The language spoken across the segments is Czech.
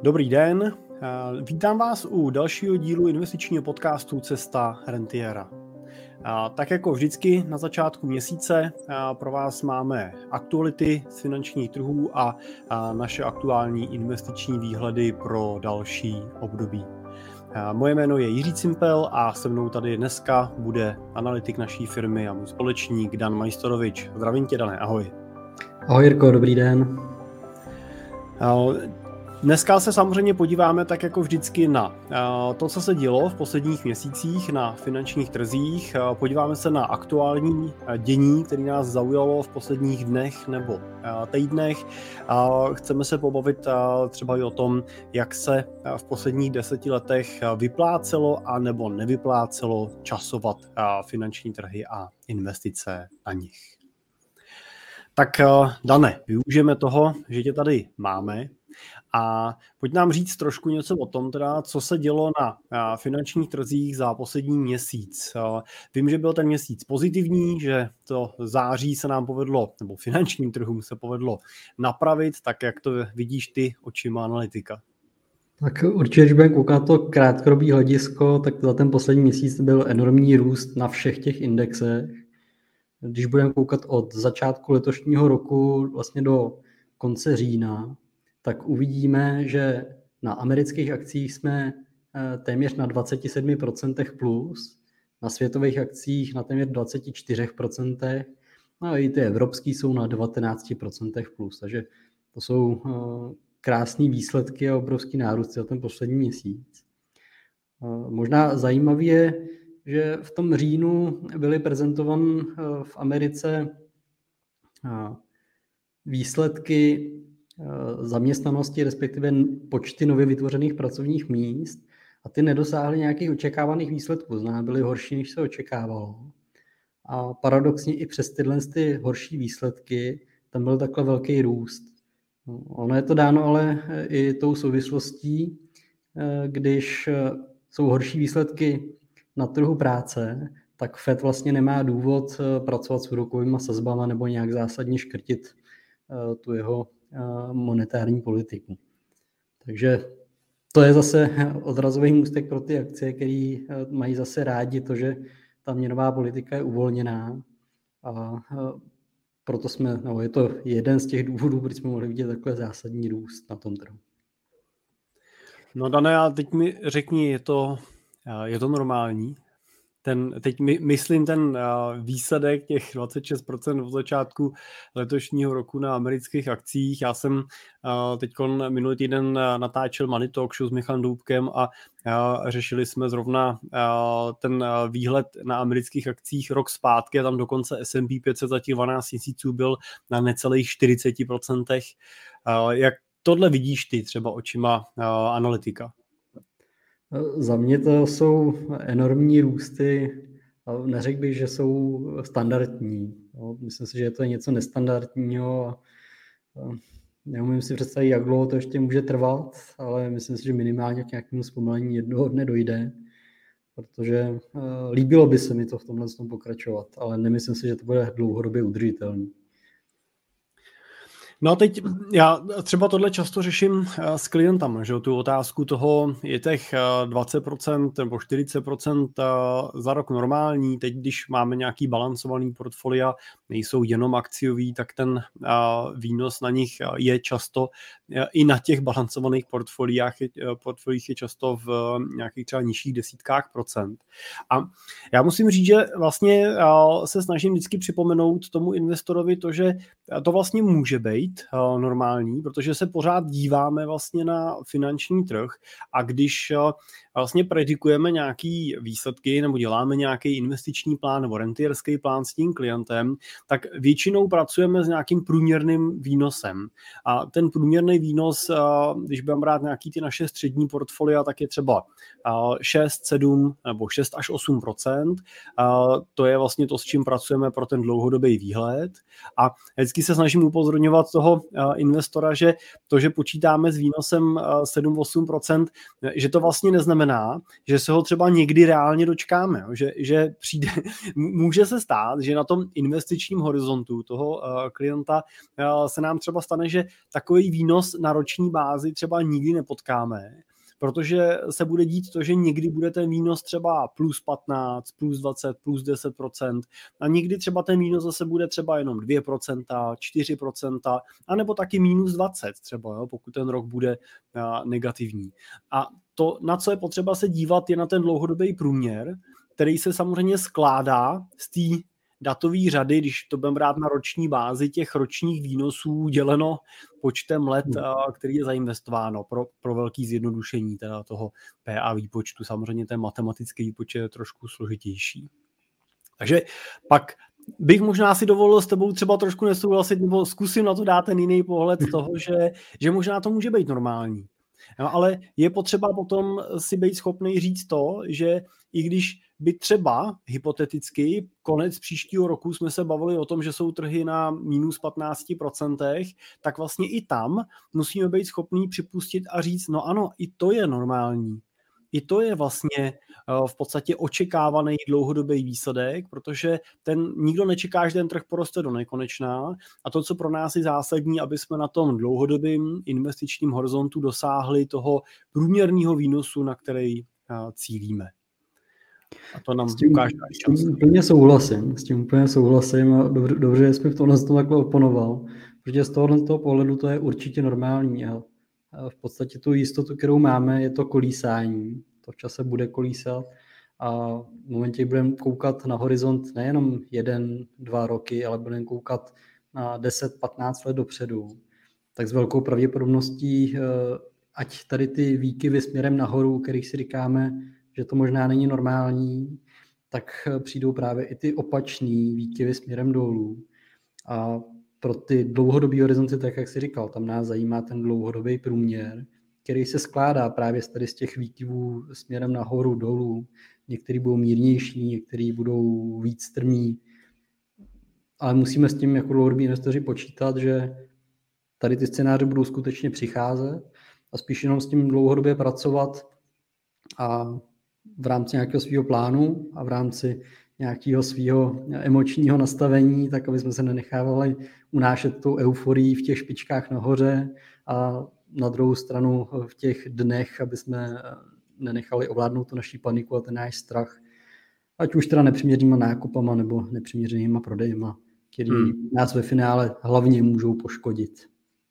Dobrý den, vítám vás u dalšího dílu investičního podcastu Cesta rentiera. Tak jako vždycky na začátku měsíce pro vás máme aktuality z finančních trhů a naše aktuální investiční výhledy pro další období. Moje jméno je Jiří Cimpel a se mnou tady dneska bude analytik naší firmy a můj společník Dan Majstorovič. Zdravím tě, Dane, ahoj. Ahoj Jirko, dobrý den. Dneska se samozřejmě podíváme tak jako vždycky na to, co se dělo v posledních měsících na finančních trzích. Podíváme se na aktuální dění, které nás zaujalo v posledních dnech nebo týdnech. Chceme se pobavit třeba i o tom, jak se v posledních 10 letech vyplácelo a nebo nevyplácelo časovat finanční trhy a investice na nich. Tak Dane, využijeme toho, že tě tady máme a pojď nám říct trošku něco o tom, teda, co se dělo na finančních trzích za poslední měsíc. Vím, že byl ten měsíc pozitivní, že to září se nám povedlo, nebo finančním trhům se povedlo napravit, tak jak to vidíš ty očima analytika? Tak určitě, když budeme koukat to krátkodobý hledisko, tak za ten poslední měsíc byl enormní růst na všech těch indexech. Když budeme koukat od začátku letošního roku vlastně do konce října, tak uvidíme, že na amerických akcích jsme téměř na 27% plus, na světových akcích na téměř 24%, no a i ty evropský jsou na 19% plus, takže to jsou krásné výsledky a obrovský nárůst za ten poslední měsíc. Možná zajímavý je, že v tom říjnu byly prezentovan v Americe výsledky zaměstnanosti, respektive počty nově vytvořených pracovních míst a ty nedosáhly nějakých očekávaných výsledků, znamená byly horší, než se očekávalo. A paradoxně i přes ty horší výsledky tam byl takhle velký růst. Ono je to dáno ale i tou souvislostí, když jsou horší výsledky na trhu práce, tak Fed vlastně nemá důvod pracovat s úrokovými sazbama nebo nějak zásadně škrtit tu jeho monetární politiku. Takže to je zase odrazový můstek pro ty akcie, které mají zase rádi to, že ta měnová politika je uvolněná a proto je to jeden z těch důvodů, proč jsme mohli vidět takhle zásadní růst na tom trhu. No Dane, a teď mi řekni, je to normální? Myslím ten výsledek těch 26% od začátku letošního roku na amerických akcích. Já jsem teď minulý týden natáčel Money Talk Show s Michalem Doubkem a řešili jsme zrovna ten výhled na amerických akcích rok zpátky a tam dokonce S&P 500 za těch 12 měsíců byl na necelých 40%. Jak tohle vidíš ty třeba očima analytika? Za mě to jsou enormní růsty, neřekl bych, že jsou standardní. Myslím si, že je to něco nestandardního. Neumím si představit, jak dlouho to ještě může trvat, ale myslím si, že minimálně k nějakému zpomalení jednoho dne dojde, protože líbilo by se mi to v tomhle pokračovat, ale nemyslím si, že to bude dlouhodobě udržitelný. No a teď já třeba tohle často řeším s klientama, že tu otázku toho, je těch 20% nebo 40% za rok normální, teď když máme nějaký balancovaný portfolia, nejsou jenom akciový, tak ten výnos na nich je často i na těch balancovaných portfoliích je často v nějakých třeba nižších desítkách procent. A já musím říct, že vlastně se snažím vždycky připomenout tomu investorovi to, že to vlastně může být normální, protože se pořád díváme vlastně na finanční trh a když vlastně predikujeme nějaký výsledky nebo děláme nějaký investiční plán nebo rentierský plán s tím klientem, tak většinou pracujeme s nějakým průměrným výnosem. A ten průměrný výnos, když budeme brát nějaký ty naše střední portfolia, tak je třeba 6, 7 nebo 6 až 8%. To je vlastně to, s čím pracujeme pro ten dlouhodobý výhled. A vždycky se snažím upozorňovat toho investora, že to, že počítáme s výnosem 7-8%, že to vlastně neznamená, že se ho třeba někdy reálně dočkáme. Že přijde, může se stát, že na tom investičním horizontu toho klienta se nám třeba stane, že takový výnos výnos na roční bázi třeba nikdy nepotkáme, protože se bude dít to, že někdy bude ten výnos třeba plus 15, plus 20, plus 10% a někdy třeba ten výnos zase bude třeba jenom 2%, 4%, anebo taky minus 20 třeba, jo, pokud ten rok bude negativní. A to, na co je potřeba se dívat, je na ten dlouhodobý průměr, který se samozřejmě skládá z té datové řady, když to budeme brát na roční bázi, těch ročních výnosů děleno počtem let, který je zainvestováno pro velký zjednodušení teda toho PA výpočtu. Samozřejmě ten matematický výpočet je trošku složitější. Takže pak bych možná si dovolil s tebou třeba trošku nesouhlasit, nebo zkusím na to dát ten jiný pohled toho, že možná to může být normální. No, ale je potřeba potom si být schopný říct to, že i když by třeba hypoteticky konec příštího roku jsme se bavili o tom, že jsou trhy na minus 15%, tak vlastně i tam musíme být schopní připustit a říct, no ano, i to je normální. I to je vlastně v podstatě očekávaný dlouhodobý výsledek, protože nikdo nečeká, že ten trh poroste do nekonečna a to, co pro nás je zásadní, aby jsme na tom dlouhodobém investičním horizontu dosáhli toho průměrného výnosu, na který cílíme. A to nám ukáže čas. S tím úplně souhlasím a dobře, že jsme v tomhle takhle oponoval, protože z toho pohledu to je určitě normální a v podstatě tu jistotu, kterou máme, je to kolísání. To v čase bude kolísat a v momentě, kdy budeme koukat na horizont nejenom 1-2 roky, ale budeme koukat na 10-15 let dopředu, tak s velkou pravděpodobností, ať tady ty výkyvy směrem nahoru, kterých si říkáme, že to možná není normální, tak přijdou právě i ty opačný výkyvy směrem dolů. A pro ty dlouhodobý horizonty, tak jak jsi říkal, tam nás zajímá ten dlouhodobý průměr, který se skládá právě tady z těch výkyvů směrem nahoru, dolů. Některý budou mírnější, některý budou víc strmí. Ale musíme s tím jako dlouhodobí investoři počítat, že tady ty scénáře budou skutečně přicházet a spíš jenom s tím dlouhodobě pracovat a v rámci nějakého svého plánu a v rámci nějakého svého emočního nastavení, tak aby jsme se nenechávali unášet tou euforií v těch špičkách nahoře a na druhou stranu v těch dnech, aby jsme nenechali ovládnout tu naší paniku a ten náš strach, ať už teda nepřiměřenýma nákupama nebo nepřiměřenýma prodejma, který nás ve finále hlavně můžou poškodit.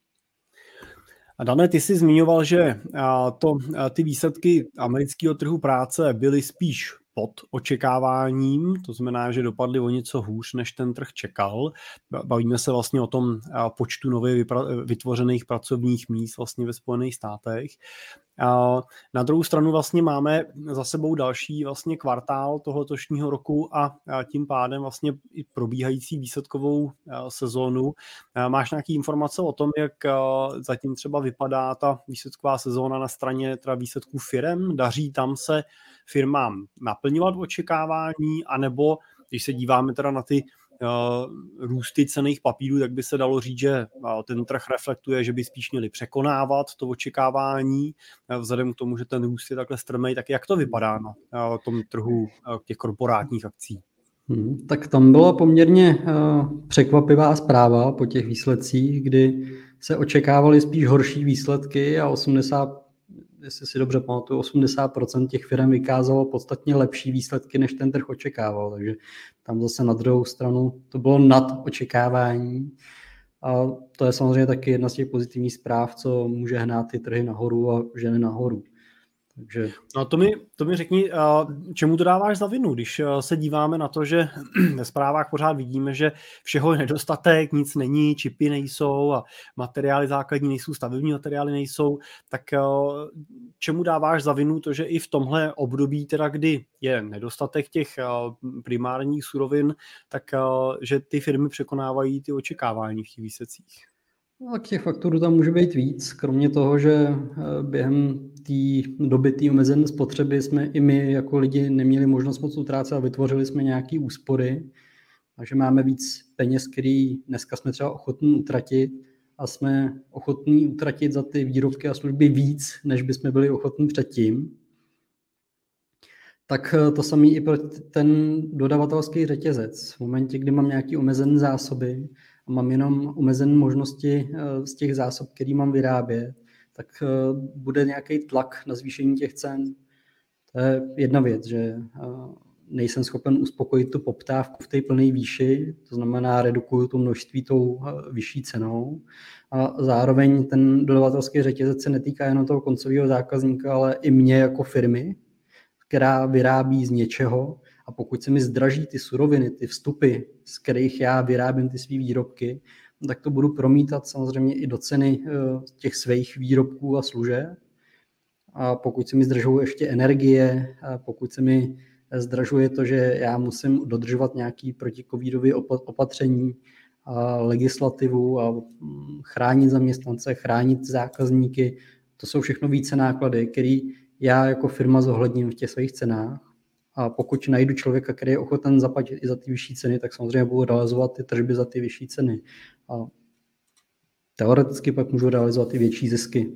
A Dané, ty jsi zmiňoval, že ty výsledky amerického trhu práce byly spíš pod očekáváním, to znamená, že dopadly o něco hůř, než ten trh čekal. Bavíme se vlastně o tom počtu nově vytvořených pracovních míst vlastně ve Spojených státech. Na druhou stranu vlastně máme za sebou další vlastně kvartál toho letošního roku a tím pádem vlastně i probíhající výsledkovou sezónu. Máš nějaké informace o tom, jak zatím třeba vypadá ta výsledková sezóna na straně teda výsledků firem? Daří tam se firmám naplňovat očekávání, anebo když se díváme teda na ty růsty cenných papírů, tak by se dalo říct, že ten trh reflektuje, že by spíš měli překonávat to očekávání, vzhledem k tomu, že ten růst je takhle strmej, tak jak to vypadá na tom trhu těch korporátních akcí? Tak tam byla poměrně překvapivá zpráva po těch výsledcích, kdy se očekávaly spíš horší výsledky a 80% těch firm vykázalo podstatně lepší výsledky, než ten trh očekával. Takže tam zase na druhou stranu to bylo nad očekávání. A to je samozřejmě taky jedna z těch pozitivních zpráv, co může hnát ty trhy nahoru a ženy nahoru. Takže... No to mi řekni, čemu to dáváš za vinu, když se díváme na to, že ve zprávách pořád vidíme, že všeho je nedostatek, nic není, čipy nejsou a materiály základní nejsou, stavební materiály nejsou, tak čemu dáváš za vinu to, že i v tomhle období, teda kdy je nedostatek těch primárních surovin, tak že ty firmy překonávají ty očekávání v těch výsledcích? No, těch faktorů tam může být víc, kromě toho, že během té doby té omezené spotřeby jsme i my jako lidi neměli možnost moc utrácet a vytvořili jsme nějaké úspory, takže máme víc peněz, který dneska jsme třeba ochotní utratit a jsme ochotní utratit za ty výrobky a služby víc, než bychom byli ochotní předtím. Tak to samé i pro ten dodavatelský řetězec. V momentě, kdy mám nějaké omezené zásoby, a mám jenom omezené možnosti z těch zásob, který mám vyrábět, tak bude nějaký tlak na zvýšení těch cen. To je jedna věc, že nejsem schopen uspokojit tu poptávku v té plné výši, to znamená redukuju to množství tou vyšší cenou a zároveň ten dodavatelský řetězec se netýká jenom toho koncového zákazníka, ale i mě jako firmy, která vyrábí z něčeho a pokud se mi zdraží ty suroviny, ty vstupy, z kterých já vyrábím ty své výrobky, tak to budu promítat samozřejmě i do ceny těch svých výrobků a služeb. A pokud se mi zdražují ještě energie, a pokud se mi zdražuje to, že já musím dodržovat nějaké protikovidové opatření, a legislativu a chránit zaměstnance, chránit zákazníky, to jsou všechno více náklady, které já jako firma zohledním v těch svých cenách. A pokud najdu člověka, který je ochoten zaplatit i za ty vyšší ceny, tak samozřejmě budu realizovat ty tržby za ty vyšší ceny. A teoreticky pak můžu realizovat i větší zisky.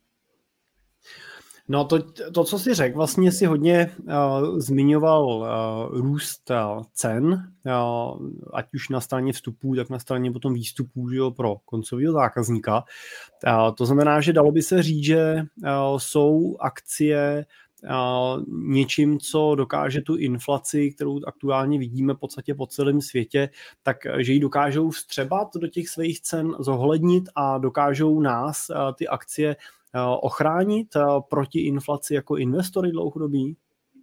No to, co jsi řekl, vlastně si hodně zmiňoval růst cen, ať už na straně vstupů, tak na straně potom výstupů, že jo, pro koncového zákazníka. To znamená, že dalo by se říct, že jsou akcie něčím, co dokáže tu inflaci, kterou aktuálně vidíme v podstatě po celém světě, takže ji dokážou vstřebat do těch svých cen, zohlednit a dokážou nás, ty akcie, ochránit proti inflaci jako investory dlouhodobí?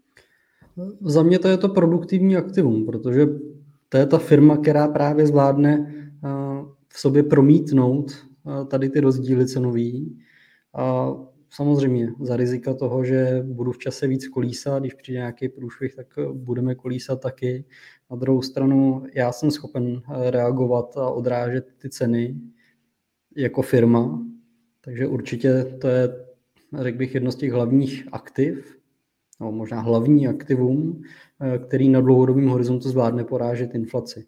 Za mě to je to produktivní aktivum, protože to je ta firma, která právě zvládne v sobě promítnout tady ty rozdíly cenový. A samozřejmě za rizika toho, že budu v čase víc kolísat, když přijde nějaký průšvih, tak budeme kolísat taky. Na druhou stranu já jsem schopen reagovat a odrážet ty ceny jako firma, takže určitě to je, řekl bych, jedno z těch hlavních aktiv, no možná hlavní aktivum, který na dlouhodobém horizontu zvládne porážet inflaci.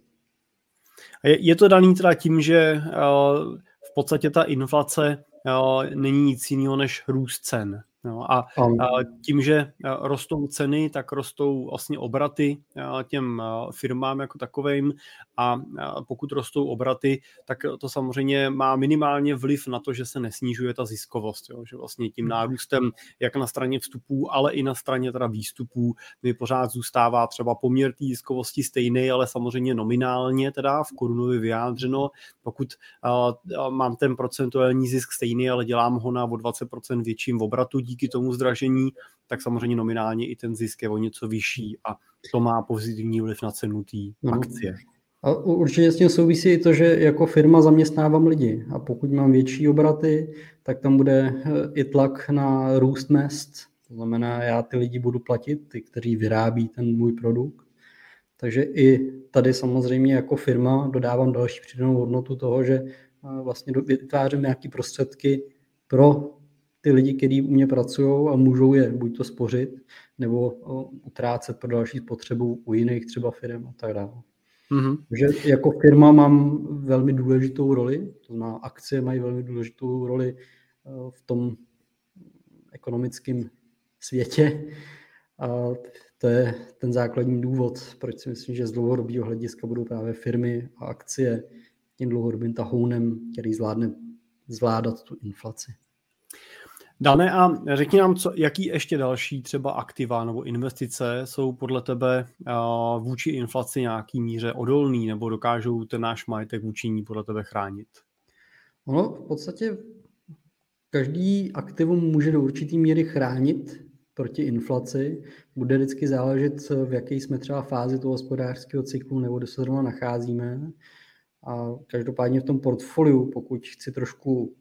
Je to daný teda tím, že v podstatě ta inflace není nic jiného než růst cen. No a tím, že rostou ceny, tak rostou vlastně obraty těm firmám jako takovým a pokud rostou obraty, tak to samozřejmě má minimálně vliv na to, že se nesnižuje ta ziskovost, jo? Že vlastně tím nárůstem jak na straně vstupů, ale i na straně teda výstupů, kdy pořád zůstává třeba poměr té ziskovosti stejný, ale samozřejmě nominálně teda v korunově vyjádřeno, pokud mám ten procentuální zisk stejný, ale dělám ho na o 20% větším obratu díky tomu zdražení, tak samozřejmě nominálně i ten zisk je o něco vyšší a to má pozitivní vliv na cenu té akcie. A určitě s tím souvisí i to, že jako firma zaměstnávám lidi a pokud mám větší obraty, tak tam bude i tlak na růst mezd. To znamená, já ty lidi budu platit, ty, kteří vyrábí ten můj produkt. Takže i tady samozřejmě jako firma dodávám další přidanou hodnotu toho, že vlastně vytvářím nějaké prostředky pro ty lidi, kteří u mě pracují a můžou je buď to spořit, nebo utrácet pro další spotřebu u jiných třeba firm a tak dále. Mm-hmm. Takže jako firma mám velmi důležitou roli, to znamená akcie mají velmi důležitou roli v tom ekonomickém světě a to je ten základní důvod, proč si myslím, že z dlouhodobého hlediska budou právě firmy a akcie tím dlouhodobým tahounem, který zvládat tu inflaci. Dané, a řekni nám, jaký ještě další třeba aktiva nebo investice jsou podle tebe vůči inflaci nějaký míře odolný nebo dokážou ten náš majetek vůči ní podle tebe chránit? Ono v podstatě každý aktivum může do určitý míry chránit proti inflaci. Bude vždycky záležet, v jaké jsme třeba fázi toho hospodářského cyklu nebo kde se zrovna nacházíme. A každopádně v tom portfoliu, pokud chci trošku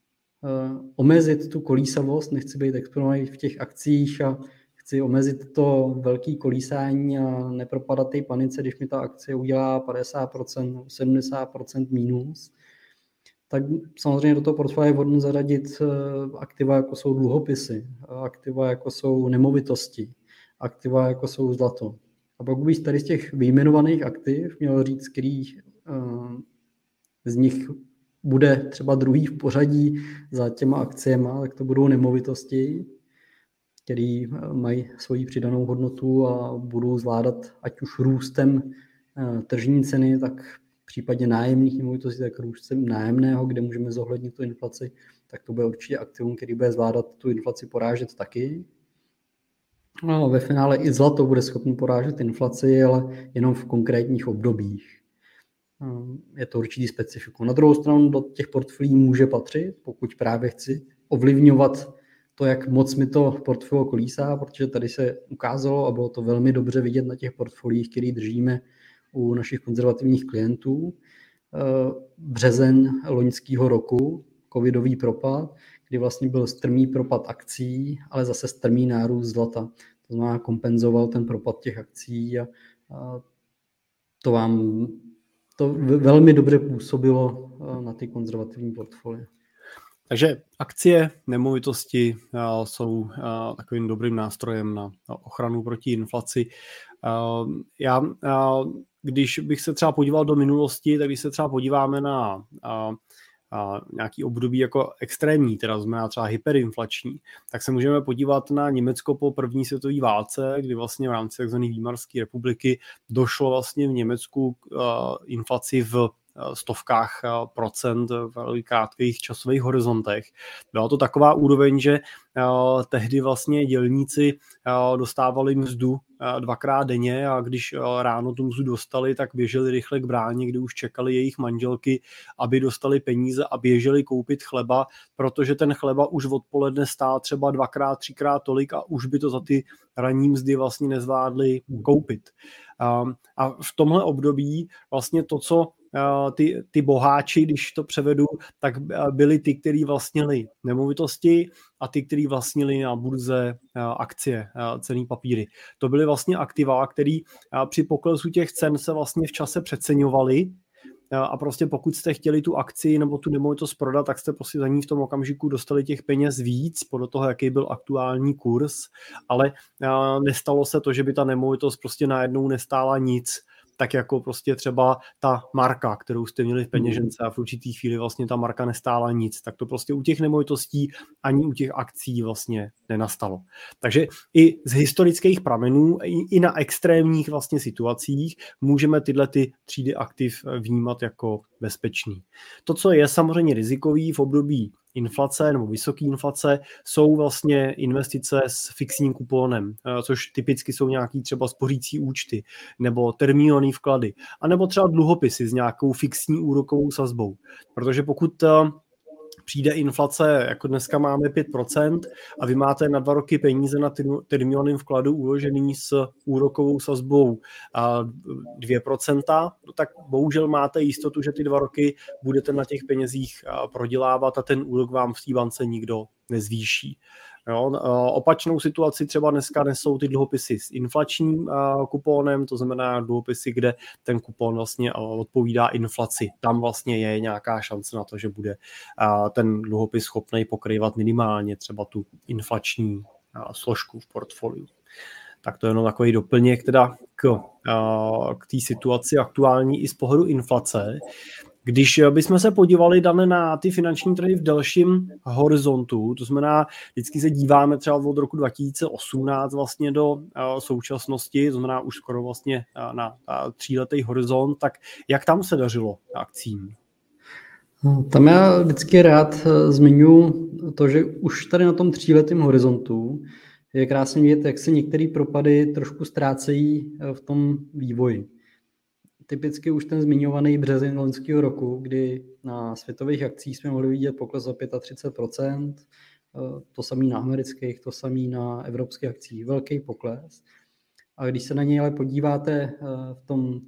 omezit tu kolísavost, nechci být exponovaný v těch akcích a chci omezit to velké kolísání a nepropadat té panice, když mi ta akcie udělá 50%, 70% mínus, tak samozřejmě do toho portfolia je vhodné zaradit aktiva, jako jsou dluhopisy, aktiva, jako jsou nemovitosti, aktiva, jako jsou zlato. A pokud bych tady z těch vyjmenovaných aktiv měl říct, který z nich bude třeba druhý v pořadí za těma akciema, tak to budou nemovitosti, které mají svoji přidanou hodnotu a budou zvládat ať už růstem tržní ceny, tak V případě nájemních nemovitostí, tak růst nájemného, kde můžeme zohlednit tu inflaci, tak to bude určitě aktivum, který bude zvládat tu inflaci porážet taky. No, ve finále i zlato bude schopno porážet inflaci, ale jenom v konkrétních obdobích. Je to určitý specifikum. Na druhou stranu do těch portfolií může patřit, pokud právě chci ovlivňovat to, jak moc mi to portfolio kolísá, protože tady se ukázalo a bylo to velmi dobře vidět na těch portfoliích, které držíme u našich konzervativních klientů. Březen loňského roku, covidový propad, kdy vlastně byl strmý propad akcí, ale zase strmý nárůst zlata. To znamená, kompenzoval ten propad těch akcí a to vám to velmi dobře působilo na ty konzervativní portfolia. Takže akcie, nemovitosti jsou takovým dobrým nástrojem na ochranu proti inflaci. Když bych se třeba podíval do minulosti, tak když se třeba podíváme na nějaký období jako extrémní, teda znamená třeba hyperinflační, tak se můžeme podívat na Německo po první světové válce, kdy vlastně v rámci tzv. Výmarské republiky došlo vlastně v Německu k inflaci v stovkách procent v velmi krátkých časových horizontech. Byla to taková úroveň, že tehdy vlastně dělníci dostávali mzdu dvakrát denně a když ráno tu mzdu dostali, tak běželi rychle k bráně, kde už čekali jejich manželky, aby dostali peníze a běželi koupit chleba, protože ten chleba už odpoledne stál třeba dvakrát, třikrát tolik a už by to za ty ranní mzdy vlastně nezvládli koupit. A v tomhle období vlastně to, co ty boháči, když to převedu, tak byli ty, kteří vlastnili nemovitosti a ty, kteří vlastnili na burze akcie, cenné papíry. To byly vlastně aktiva, které při poklesu těch cen se vlastně v čase přeceňovaly a prostě pokud jste chtěli tu akci nebo tu nemovitost prodat, tak jste prostě za ní v tom okamžiku dostali těch peněz víc podle toho, jaký byl aktuální kurz, ale nestalo se to, že by ta nemovitost prostě najednou nestála nic, tak jako prostě třeba ta marka, kterou jste měli v peněžence a v určitý chvíli vlastně ta marka nestála nic, tak to prostě u těch nemovitostí ani u těch akcí vlastně nenastalo. Takže i z historických pramenů, i na extrémních vlastně situacích můžeme tyhle ty třídy aktiv vnímat jako bezpečný. To, co je samozřejmě rizikový v období inflace nebo vysoké inflace, jsou vlastně investice s fixním kuponem, což typicky jsou nějaký třeba spořící účty nebo termínové vklady, anebo třeba dluhopisy s nějakou fixní úrokovou sazbou. Protože pokud přijde inflace, jako dneska máme 5% a vy máte na 2 roky peníze na termínovém vkladu uložený s úrokovou sazbou 2%, tak bohužel máte jistotu, že ty 2 roky budete na těch penězích prodělávat a ten úrok vám v té bance nikdo nezvýší. Jo, opačnou situaci třeba dneska nesou ty dluhopisy s inflačním kupónem, to znamená dluhopisy, kde ten kupón vlastně odpovídá inflaci. Tam vlastně je nějaká šance na to, že bude ten dluhopis schopný pokrývat minimálně třeba tu inflační složku v portfoliu. Tak to je jenom takový doplněk teda k té situaci aktuální i z pohledu inflace. Když bychom se podívali, Dane, na ty finanční trhy v delším horizontu, to znamená, vždycky se díváme třeba od roku 2018 vlastně do současnosti, to znamená už skoro vlastně na 3letý horizont, tak jak tam se dařilo akcím? Tam já vždycky rád zmiňuji to, že už tady na tom 3letém horizontu je krásně vidět, jak se některé propady trošku ztrácejí v tom vývoji. Typicky už ten zmiňovaný březen loňského roku, kdy na světových akcích jsme mohli vidět pokles o 35%, to samý na amerických, to samý na evropských akcích, velký pokles. A když se na něj ale podíváte v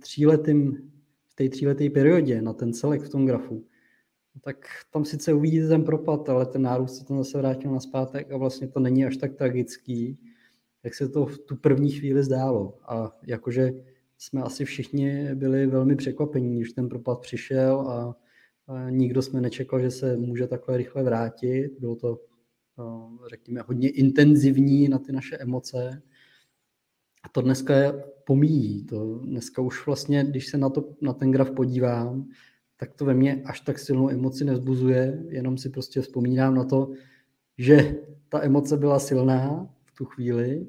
té 3leté periodě, na ten celek v tom grafu, tak tam sice uvidíte ten propad, ale ten nárůst se tam zase vrátil nazpátek a vlastně to není až tak tragický, jak se to v tu první chvíli zdálo. A jakože jsme asi všichni byli velmi překvapení, když ten propad přišel a nikdo jsme nečekal, že se může takhle rychle vrátit. Bylo to, řekněme, hodně intenzivní na ty naše emoce. A to dneska pomíjí. To dneska už vlastně, když se na ten graf podívám, tak to ve mně až tak silnou emoci nevzbuzuje, jenom si prostě vzpomínám na to, že ta emoce byla silná v tu chvíli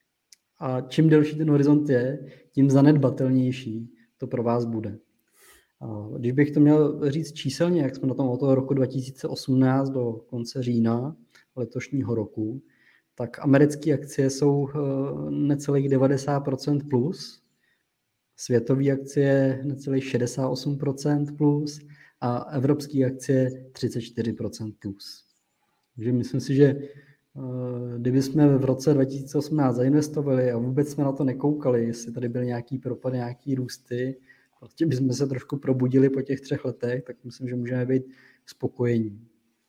a čím delší ten horizont je, tím zanedbatelnější to pro vás bude. Když bych to měl říct číselně, jak jsme na tom od toho roku 2018 do konce října letošního roku, tak americké akcie jsou necelých 90% plus, světové akcie necelých 68% plus a evropské akcie 34% plus. Takže myslím si, že kdyby jsme v roce 2018 zainvestovali a vůbec jsme na to nekoukali, jestli tady byly nějaký propad, nějaký růsty, prostě bychom se trošku probudili po těch 3 letech, tak myslím, že můžeme být spokojení.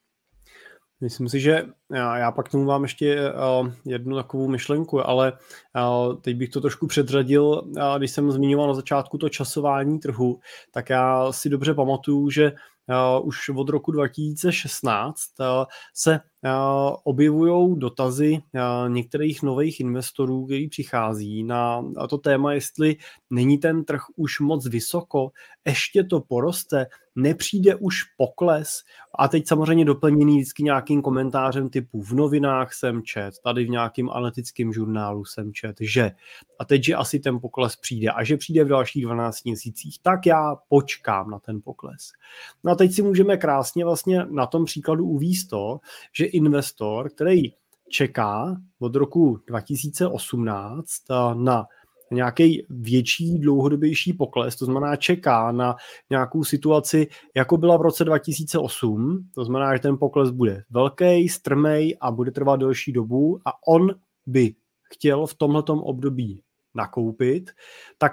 Myslím si, že já pak tomu mám ještě jednu takovou myšlenku, ale teď bych to trošku předřadil, když jsem zmiňoval na začátku to časování trhu, tak já si dobře pamatuju, že už od roku 2016 se objevují dotazy některých nových investorů, kteří přichází na to téma, jestli není ten trh už moc vysoko, ještě to poroste, nepřijde už pokles. A teď samozřejmě doplněný vždycky nějakým komentářem typu v novinách jsem čet, tady v nějakém analytickém žurnálu jsem čet, že a teď, že asi ten pokles přijde a že přijde v dalších 12 měsících, tak já počkám na ten pokles. No a teď si můžeme krásně vlastně na tom příkladu uvést to, že investor, který čeká od roku 2018 na nějaký větší, dlouhodobější pokles, to znamená čeká na nějakou situaci, jako byla v roce 2008, to znamená, že ten pokles bude velký, strmej a bude trvat delší dobu a on by chtěl v tomhletom období nakoupit, tak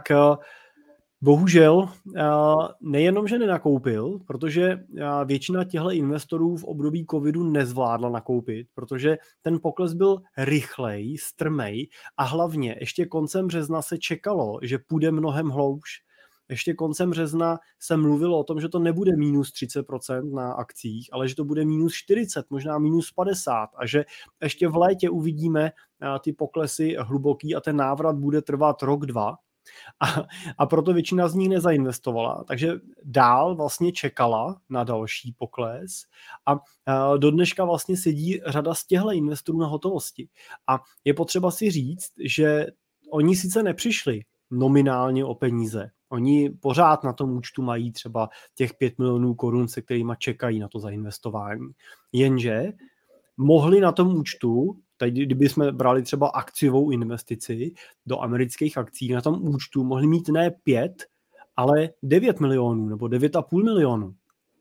bohužel nejenom, že nenakoupil, protože většina těchto investorů v období covidu nezvládla nakoupit, protože ten pokles byl rychlej, strmej a hlavně ještě koncem března se čekalo, že půjde mnohem hloubš. Ještě koncem března se mluvilo o tom, že to nebude minus 30% na akcích, ale že to bude minus 40, možná minus 50 a že ještě v létě uvidíme ty poklesy hluboký a ten návrat bude trvat rok, 2. A proto většina z nich nezainvestovala. Takže dál vlastně čekala na další pokles a do dneška vlastně sedí řada z těchto investorů na hotovosti. A je potřeba si říct, že oni sice nepřišli nominálně o peníze. Oni pořád na tom účtu mají třeba těch 5 milionů korun, se kterými čekají na to zainvestování. Jenže mohli na tom účtu, teď kdyby jsme brali třeba akciovou investici do amerických akcí, na tom účtu mohli mít ne 5, ale 9 milionů nebo 9,5 milionů.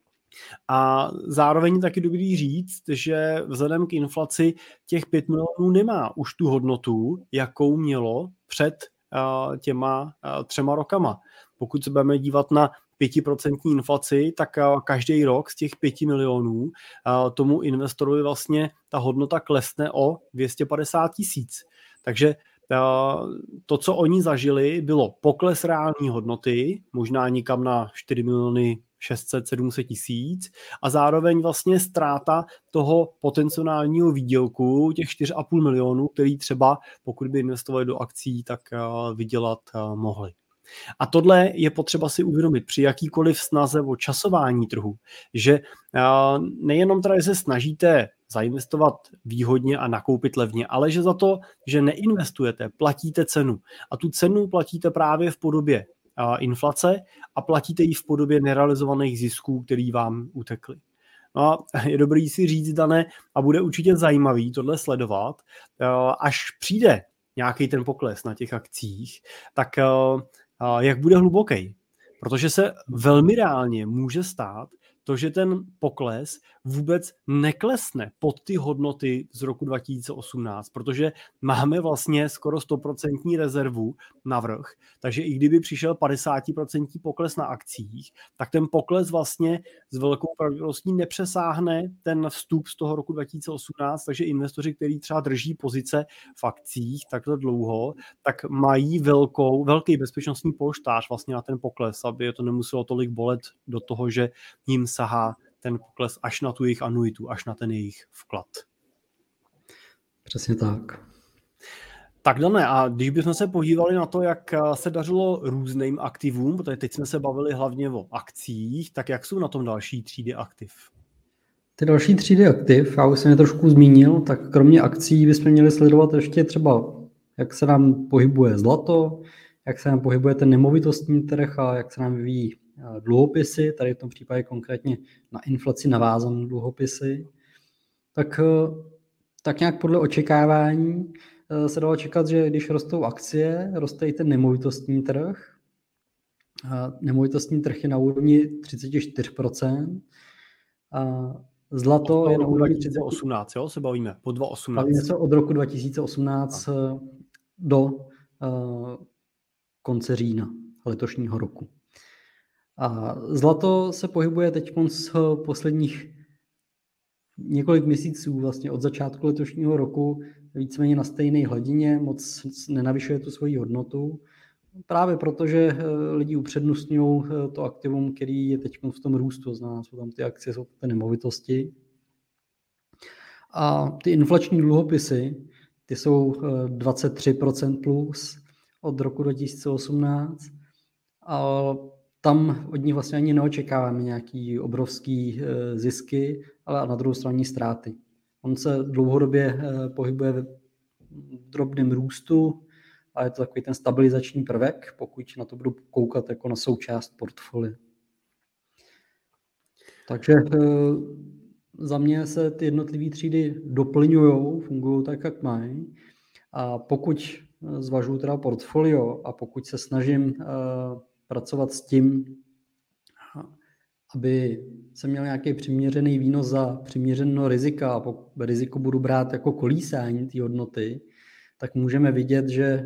A zároveň taky dobrý říct, že vzhledem k inflaci těch 5 milionů nemá už tu hodnotu, jakou mělo před těma 3 rokama. Pokud se budeme dívat na 5% inflaci, tak každý rok z těch 5 milionů tomu investorovi vlastně ta hodnota klesne o 250 000. Takže to, co oni zažili, bylo pokles reální hodnoty, možná někam na 4 miliony 600-700 tisíc a zároveň vlastně ztráta toho potenciálního výdělku, těch 4,5 milionů, který třeba, pokud by investovali do akcí, tak vydělat mohli. A tohle je potřeba si uvědomit při jakýkoliv snaze o časování trhu, že nejenom teda, že se snažíte zainvestovat výhodně a nakoupit levně, ale že za to, že neinvestujete, platíte cenu. A tu cenu platíte právě v podobě inflace a platíte ji v podobě nerealizovaných zisků, který vám utekly. No a je dobrý si říct, Dane, a bude určitě zajímavý tohle sledovat, až přijde nějaký ten pokles na těch akcích, tak jak bude hluboký. Protože se velmi reálně může stát to, že ten pokles vůbec neklesne pod ty hodnoty z roku 2018, protože máme vlastně skoro 100% rezervu navrch, takže i kdyby přišel 50% pokles na akcích, tak ten pokles vlastně s velkou pravděpodobností nepřesáhne ten vstup z toho roku 2018, takže investoři, kteří třeba drží pozice v akcích takhle dlouho, tak mají velký bezpečnostní polštář vlastně na ten pokles, aby je to nemuselo tolik bolet do toho, že jim sahá ten pokles až na tu jejich anuitu, až na ten jejich vklad. Přesně tak. Tak Dané, a když bychom se podívali na to, jak se dařilo různým aktivům, protože teď jsme se bavili hlavně o akcích, tak jak jsou na tom další třídy aktiv? Ty další třídy aktiv, já už jsem je trošku zmínil, tak kromě akcí bychom měli sledovat ještě třeba, jak se nám pohybuje zlato, jak se nám pohybuje ten nemovitostní trh a jak se nám vyvíjí dluhopisy, tady v tom případě konkrétně na inflaci navázané dluhopisy, tak nějak podle očekávání se dalo čekat, že když rostou akcie, roste i ten nemovitostní trh. Nemovitostní trh je na úrovni 34%. Zlato je na úrovni 2018, jo, se bavíme, po 2018. Bavíme se od roku 2018 do konce října letošního roku. A zlato se pohybuje teď z posledních několik měsíců, vlastně od začátku letošního roku, víceméně na stejné hladině, moc nenavyšuje tu svoji hodnotu. Právě protože lidi upřednostňují to aktivum, který je teď v tom růstu, to znamená, jsou tam ty akcie, jsou ty nemovitosti. A ty inflační dluhopisy, ty jsou 23% plus od roku 2018. A tam od nich vlastně ani neočekáváme nějaký obrovský zisky, ale na druhou stranu ztráty. On se dlouhodobě pohybuje v drobném růstu a je to takový ten stabilizační prvek, pokud na to budu koukat jako na součást portfolia. Takže za mě se ty jednotlivé třídy doplňují, fungují tak, jak mají. A pokud zvažuji teda portfolio a pokud se snažím pracovat s tím, aby jsem měl nějaký přiměřený výnos za přiměřeného rizika a pokud riziko budu brát jako kolísání té hodnoty, tak můžeme vidět, že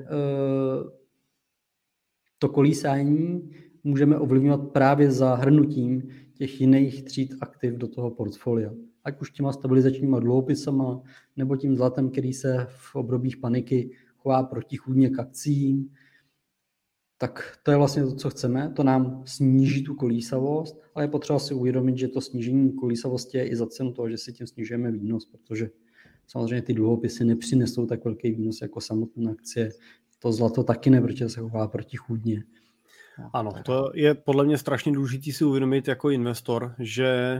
to kolísání můžeme ovlivňovat právě zahrnutím těch jiných tříd aktiv do toho portfolia. Ať už těma stabilizačníma dluhopisama, nebo tím zlatem, který se v obdobích paniky chová protichůdně k akcím. Tak to je vlastně to, co chceme. To nám sníží tu kolísavost, ale je potřeba si uvědomit, že to snížení kolísavosti je i za cenu toho, že si tím snižujeme výnos, protože samozřejmě ty dluhopisy nepřinesou tak velký výnos jako samotné akcie. To zlato taky ne, protože se chová protichůdně. Ano, to je podle mě strašně důležité si uvědomit jako investor, že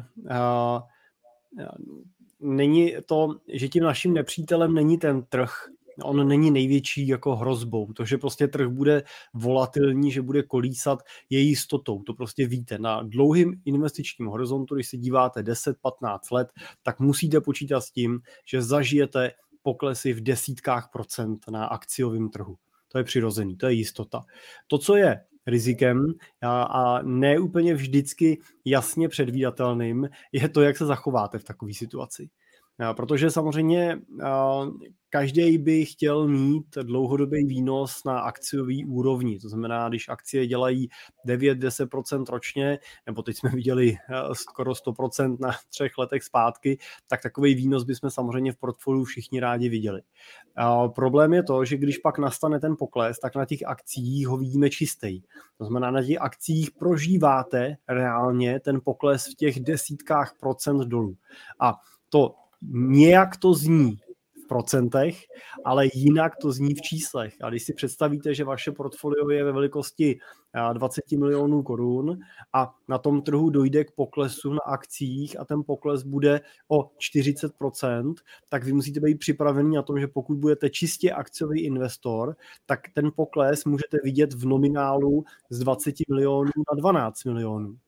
není to, že tím naším nepřítelem není ten trh, on není největší jako hrozbou. To, že prostě trh bude volatilní, že bude kolísat, je jistotou. To prostě víte. Na dlouhým investičním horizontu, když se díváte 10-15 let, tak musíte počítat s tím, že zažijete poklesy v desítkách procent na akciovém trhu. To je přirozený, to je jistota. To, co je rizikem a ne úplně vždycky jasně předvídatelným, je to, jak se zachováte v takové situaci. Protože samozřejmě každý by chtěl mít dlouhodobý výnos na akciový úrovni. To znamená, když akcie dělají 9-10% ročně, nebo teď jsme viděli skoro 100% na 3 letech zpátky, tak takový výnos bychom samozřejmě v portfoliu všichni rádi viděli. Problém je to, že když pak nastane ten pokles, tak na těch akcích ho vidíme čistý. To znamená, na těch akcích prožíváte reálně ten pokles v těch desítkách procent dolů. A to nějak to zní v procentech, ale jinak to zní v číslech. A když si představíte, že vaše portfolio je ve velikosti 20 milionů korun a na tom trhu dojde k poklesu na akcích a ten pokles bude o 40%, tak vy musíte být připraveni na tom, že pokud budete čistě akciový investor, tak ten pokles můžete vidět v nominálu z 20 milionů na 12 milionů.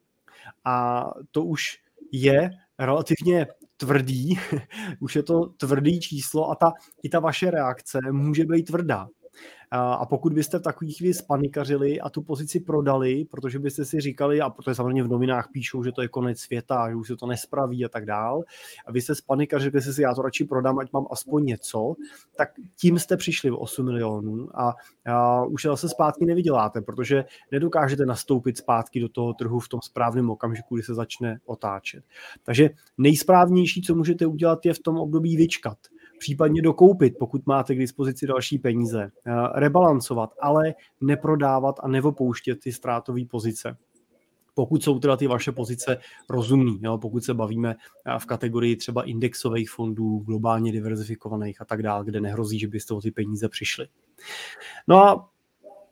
A to už je relativně tvrdý, už je to tvrdý číslo a i ta vaše reakce může být tvrdá. A pokud byste v takový chvíli spanikařili a tu pozici prodali, protože byste si říkali, a protože samozřejmě v novinách píšou, že to je konec světa, že už se to nespraví a tak dál, a vy jste spanikařili, že si já to radši prodám, ať mám aspoň něco, tak tím jste přišli o 8 milionů a už zase zpátky nevyděláte, protože nedokážete nastoupit zpátky do toho trhu v tom správném okamžiku, kdy se začne otáčet. Takže nejsprávnější, co můžete udělat, je v tom období vyčkat. Případně dokoupit, pokud máte k dispozici další peníze, rebalancovat, ale neprodávat a neopouštět ty ztrátové pozice. Pokud jsou teda ty vaše pozice rozumný, jo, pokud se bavíme v kategorii třeba indexových fondů, globálně diverzifikovaných a tak dále, kde nehrozí, že byste o ty peníze přišli. No a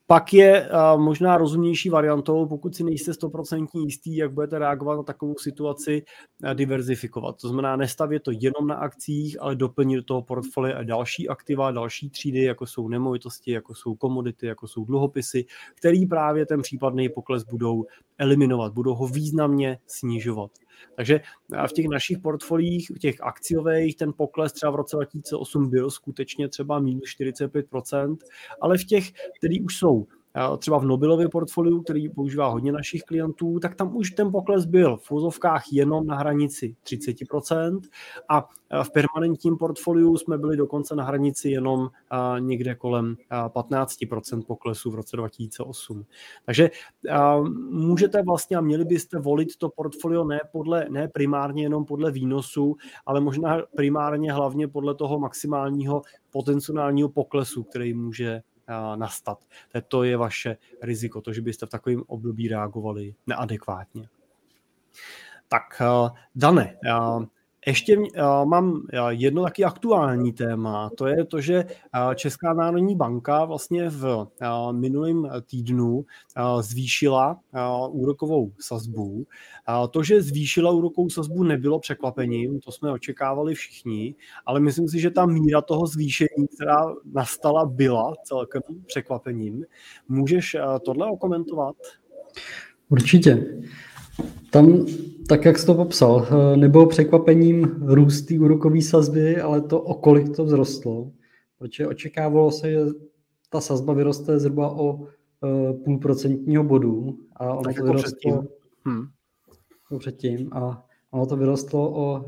Pak je možná rozumnější variantou, pokud si nejste 100% jistý, jak budete reagovat na takovou situaci, diverzifikovat. To znamená nestavět to jenom na akcích, ale doplnit do toho portfolia další aktiva, další třídy, jako jsou nemovitosti, jako jsou komodity, jako jsou dluhopisy, který právě ten případný pokles budou eliminovat, budou ho významně snižovat. Takže v těch našich portfoliích, v těch akciových, ten pokles třeba v roce 2008 byl skutečně třeba minus 45%, ale v těch, který už jsou třeba v Nobelově portfoliu, který používá hodně našich klientů, tak tam už ten pokles byl v úzovkách jenom na hranici 30% a v permanentním portfoliu jsme byli dokonce na hranici jenom někde kolem 15% poklesu v roce 2008. Takže můžete vlastně a měli byste volit to portfolio ne primárně jenom podle výnosu, ale možná primárně hlavně podle toho maximálního potenciálního poklesu, který může nastat. To je vaše riziko, to, že byste v takovém období reagovali neadekvátně. Tak, Dane, ještě mám jedno taky aktuální téma, to je to, že Česká národní banka vlastně v minulém týdnu zvýšila úrokovou sazbu. To, že zvýšila úrokovou sazbu, nebylo překvapením, to jsme očekávali všichni, ale myslím si, že ta míra toho zvýšení, která nastala, byla celkem překvapením. Můžeš tohle okomentovat? Určitě. Tam, tak jak jsi to popsal, nebylo překvapením růst té úrokové sazby, ale to, o kolik to vzrostlo. Protože očekávalo se, že ta sazba vyroste zhruba o 0,5% bodu. A ono to vyrostlo předtím. A ono to vyrostlo o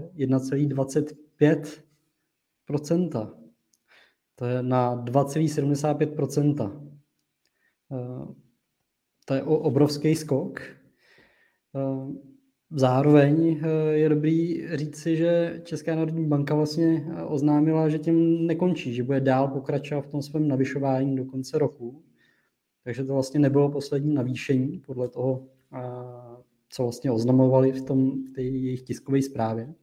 1,25%. To je na 2,75%. To je obrovský skok. Zároveň je dobrý říci, že Česká národní banka vlastně oznámila, že tím nekončí, že bude dál pokračovat v tom svém navyšování do konce roku. Takže to vlastně nebylo poslední navýšení podle toho, co vlastně oznamovali v té jejich tiskové zprávě.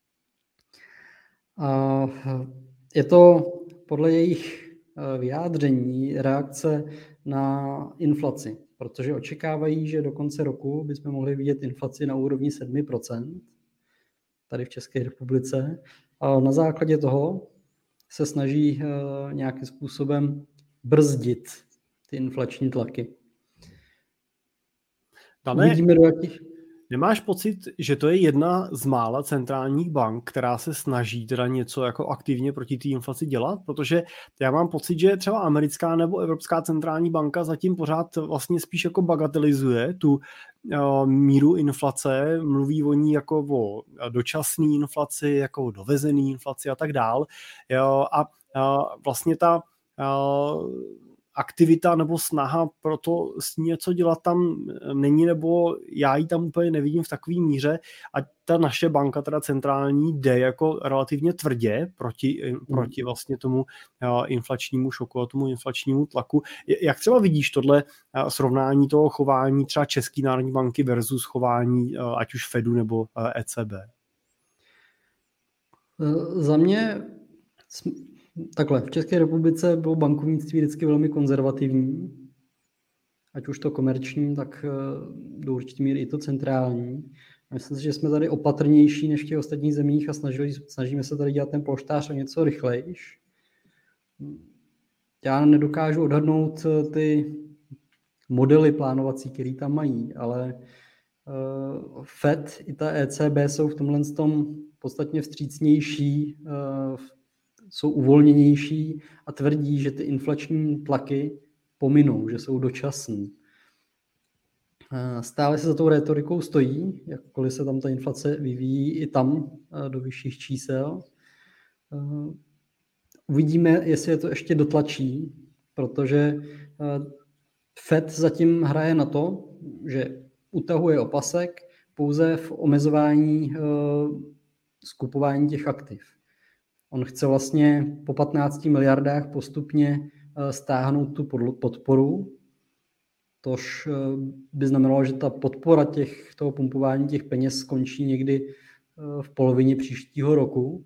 Je to podle jejich vyjádření reakce na inflaci, protože očekávají, že do konce roku bychom mohli vidět inflaci na úrovni 7% tady v České republice. A na základě toho se snaží nějakým způsobem brzdit ty inflační tlaky. Uvidíme, do jakých... Nemáš pocit, že to je jedna z mála centrálních bank, která se snaží teda něco jako aktivně proti té inflaci dělat? Protože já mám pocit, že třeba americká nebo Evropská centrální banka zatím pořád vlastně spíš jako bagatelizuje tu míru inflace, mluví o ní jako o dočasné inflaci, jako o dovezené inflaci a tak dál. A vlastně ta aktivita nebo snaha pro to s ní něco dělat tam není, nebo já ji tam úplně nevidím v takové míře a ta naše banka, teda centrální, jde jako relativně tvrdě proti vlastně tomu inflačnímu šoku a tomu inflačnímu tlaku. Jak třeba vidíš tohle srovnání toho chování třeba České národní banky versus chování ať už Fedu nebo ECB? Za mě takhle, v České republice bylo bankovnictví vždycky velmi konzervativní, ať už to komerční, tak do určité míry i to centrální. Myslím si, že jsme tady opatrnější než v těch ostatních zemích a snažíme se tady dělat ten polštář o něco rychlejš. Já nedokážu odhadnout ty modely plánovací, které tam mají, ale Fed i ta ECB jsou v tomhle tom podstatně vstřícnější, jsou uvolněnější a tvrdí, že ty inflační tlaky pominou, že jsou dočasný. Stále se za tou rétorikou stojí, jakkoliv se tam ta inflace vyvíjí i tam do vyšších čísel. Uvidíme, jestli je to ještě dotlačí, protože Fed zatím hraje na to, že utahuje opasek pouze v omezování skupování těch aktiv. On chce vlastně po 15 miliardách postupně stáhnout tu podporu, tož by znamenalo, že ta podpora toho pumpování těch peněz skončí někdy v polovině příštího roku.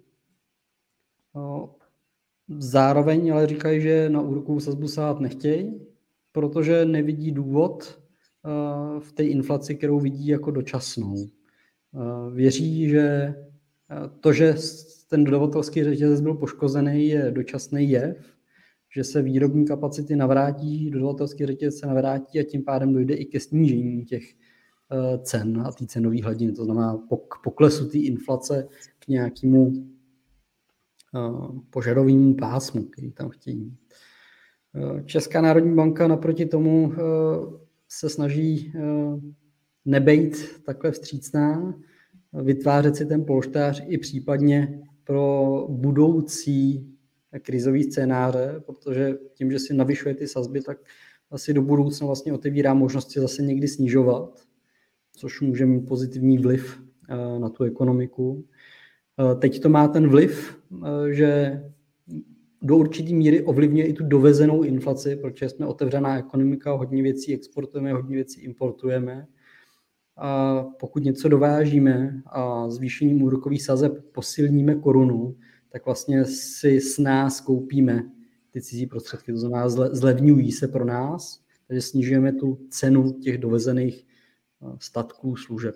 Zároveň ale říkají, že na úrokovou sazbu sahat nechtějí, protože nevidí důvod v té inflaci, kterou vidí jako dočasnou. Věří, že to, že ten dodavatelský řetězec byl poškozený, je dočasný jev, že se výrobní kapacity navrátí, dodavatelský řetězec se navrátí a tím pádem dojde i ke snížení těch cen a té cenové hladiny. To znamená poklesu té inflace k nějakému požadovému pásmu, který tam chtějí. Česká národní banka naproti tomu se snaží nebejt takhle vstřícná, vytvářet si ten polštář i případně pro budoucí krizový scénáře, protože tím, že si navyšuje ty sazby, tak asi do budoucna vlastně otevírá možnosti zase někdy snižovat, což může mít pozitivní vliv na tu ekonomiku. Teď to má ten vliv, že do určitý míry ovlivňuje i tu dovezenou inflaci, protože jsme otevřená ekonomika, hodně věcí exportujeme, hodně věcí importujeme. A pokud něco dovážíme a zvýšením úrokových sazeb posilníme korunu, tak vlastně si s nás koupíme ty cizí prostředky. To znamená, zlevňují se pro nás, takže snižujeme tu cenu těch dovezených statků, služeb.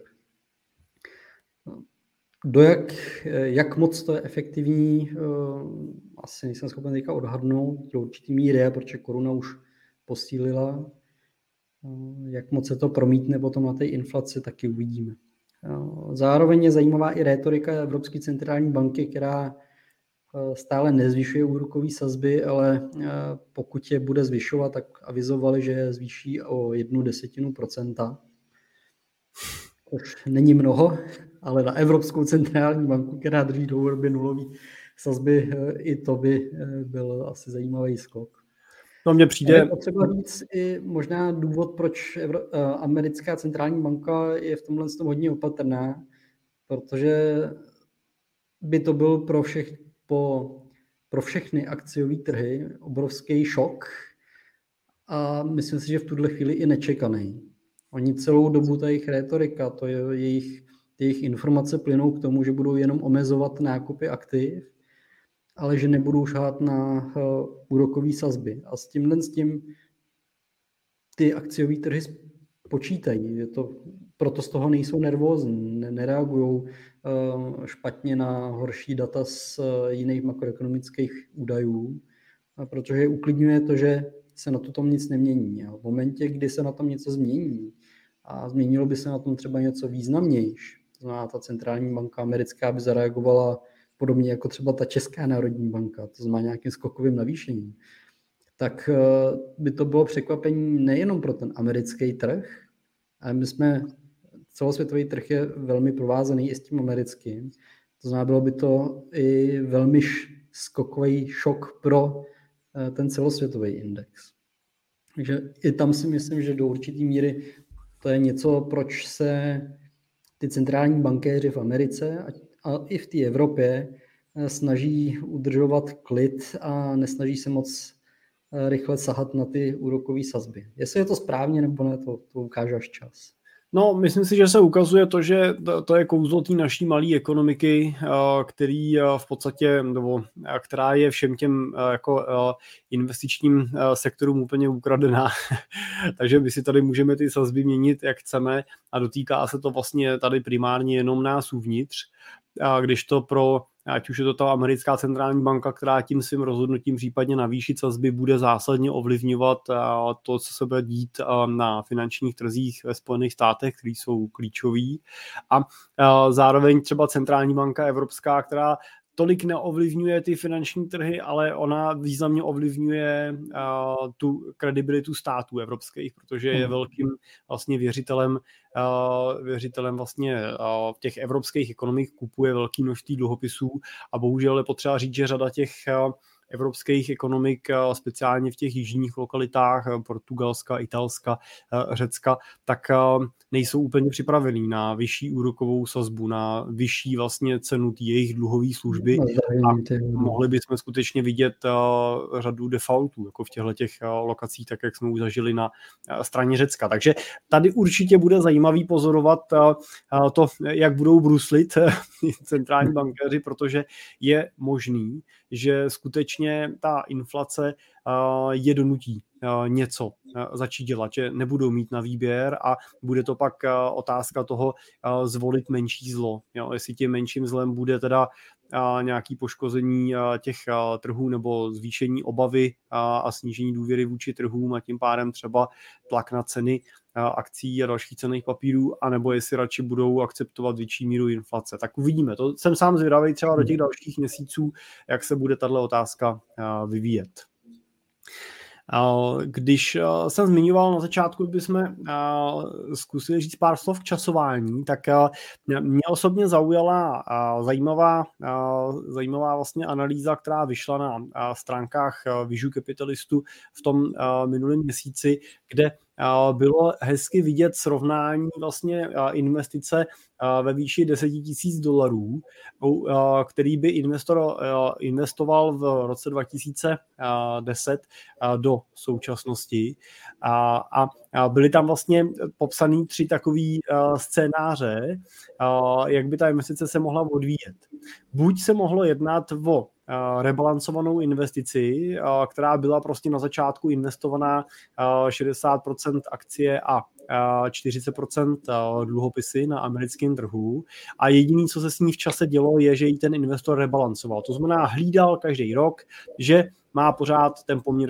Jak moc to je efektivní, asi nejsem schopen teďka odhadnout do určitý míry, protože koruna už posílila. Jak moc se to promítne potom na té inflaci, taky uvidíme. Zároveň je zajímavá i rétorika Evropské centrální banky, která stále nezvyšuje úrokové sazby, ale pokud je bude zvyšovat, tak avizovali, že je zvýší o 0,1%. Což není mnoho, ale na Evropskou centrální banku, která drží dlouhodobě nulový sazby, i to by byl asi zajímavý skok. No, mně přijde... Je potřeba říct i možná důvod, proč americká centrální banka je v tomhle hodně opatrná, protože by to byl pro všechny akciové trhy obrovský šok a myslím si, že v tuhle chvíli i nečekaný. Oni celou dobu, ta jejich rétorika, to je jejich informace plynou k tomu, že budou jenom omezovat nákupy aktiv, ale že nebudou šát na úrokové sazby. A s tím ty akciové trhy počítají. Proto z toho nejsou nervózní, nereagují špatně na horší data z jiných makroekonomických údajů, protože je uklidňuje to, že se na tom nic nemění. A v momentě, kdy se na tom něco změní a změnilo by se na tom třeba něco významnější, to znamená, ta centrální banka americká by zareagovala podobně jako třeba ta Česká národní banka, to znamená nějakým skokovým navýšením, tak by to bylo překvapení nejenom pro ten americký trh, ale celosvětový trh je velmi provázaný i s tím americkým. To znamená, bylo by to i velmi skokový šok pro ten celosvětový index. Takže i tam si myslím, že do určitý míry to je něco, proč se ty centrální bankéři v Americe a i v té Evropě snaží udržovat klid a nesnaží se moc rychle sahat na ty úrokové sazby. Jestli je to správně nebo ne, to ukáže až čas. No, myslím si, že se ukazuje to, že to je kouzlo té naší malé ekonomiky, který v podstatě, nebo která je všem těm jako investičním sektorům úplně ukradená. Takže my si tady můžeme ty sazby měnit, jak chceme, a dotýká se to vlastně tady primárně jenom nás uvnitř, když to ať už je to ta americká centrální banka, která tím svým rozhodnutím případně navýšit sazby bude zásadně ovlivňovat to, co se bude dít na finančních trzích ve Spojených státech, které jsou klíčový. A zároveň třeba centrální banka evropská, která tolik neovlivňuje ty finanční trhy, ale ona významně ovlivňuje tu kredibilitu států evropských, protože je velkým vlastně věřitelem vlastně těch evropských ekonomik, kupuje velké množství dluhopisů a bohužel je potřeba říct, že řada těch evropských ekonomik, speciálně v těch jižních lokalitách Portugalska, Italska, Řecka, tak nejsou úplně připravený na vyšší úrokovou sazbu, na vyšší vlastně cenu jejich dluhové služby a mohli bychom skutečně vidět řadu defaultů, jako v těchto lokacích, tak jak jsme už zažili na straně Řecka. Takže tady určitě bude zajímavý pozorovat to, jak budou bruslit centrální bankéři, protože je možný, že skutečně skutečně ta inflace je donutí něco začít dělat, že nebudou mít na výběr a bude to pak otázka toho zvolit menší zlo. Jo? Jestli tím menším zlem bude teda nějaké poškození těch trhů nebo zvýšení obavy a snížení důvěry vůči trhům a tím pádem třeba tlak na ceny akcí a dalších cenných papírů, anebo jestli radši budou akceptovat větší míru inflace. Tak uvidíme. To jsem sám zvědavý třeba do těch dalších měsíců, jak se bude tato otázka vyvíjet. Když jsem zmiňoval na začátku, kdybychom zkusili říct pár slov k časování, tak mě osobně zaujala zajímavá vlastně analýza, která vyšla na stránkách Vision Capitalistu v tom minulém měsíci, kde bylo hezky vidět srovnání vlastně investice ve výši $10 000, který by investor investoval v roce 2010 do současnosti. A byly tam vlastně popsaný 3 takový scénáře, jak by ta investice se mohla odvíjet. Buď se mohlo jednat o rebalancovanou investici, která byla prostě na začátku investovaná 60% akcie a 40% dluhopisy na americkém trhu a jediné, co se s ní v čase dělo, je, že ji ten investor rebalancoval. To znamená, hlídal každý rok, že má pořád ten poměr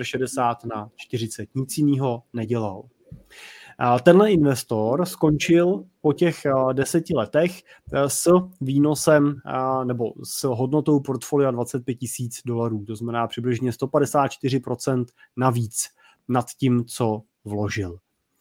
60/40. Nic jiného nedělal. Tenhle investor skončil po těch 10 letech s výnosem nebo s hodnotou portfolia $25,000. To znamená přibližně 154% navíc nad tím, co vložil.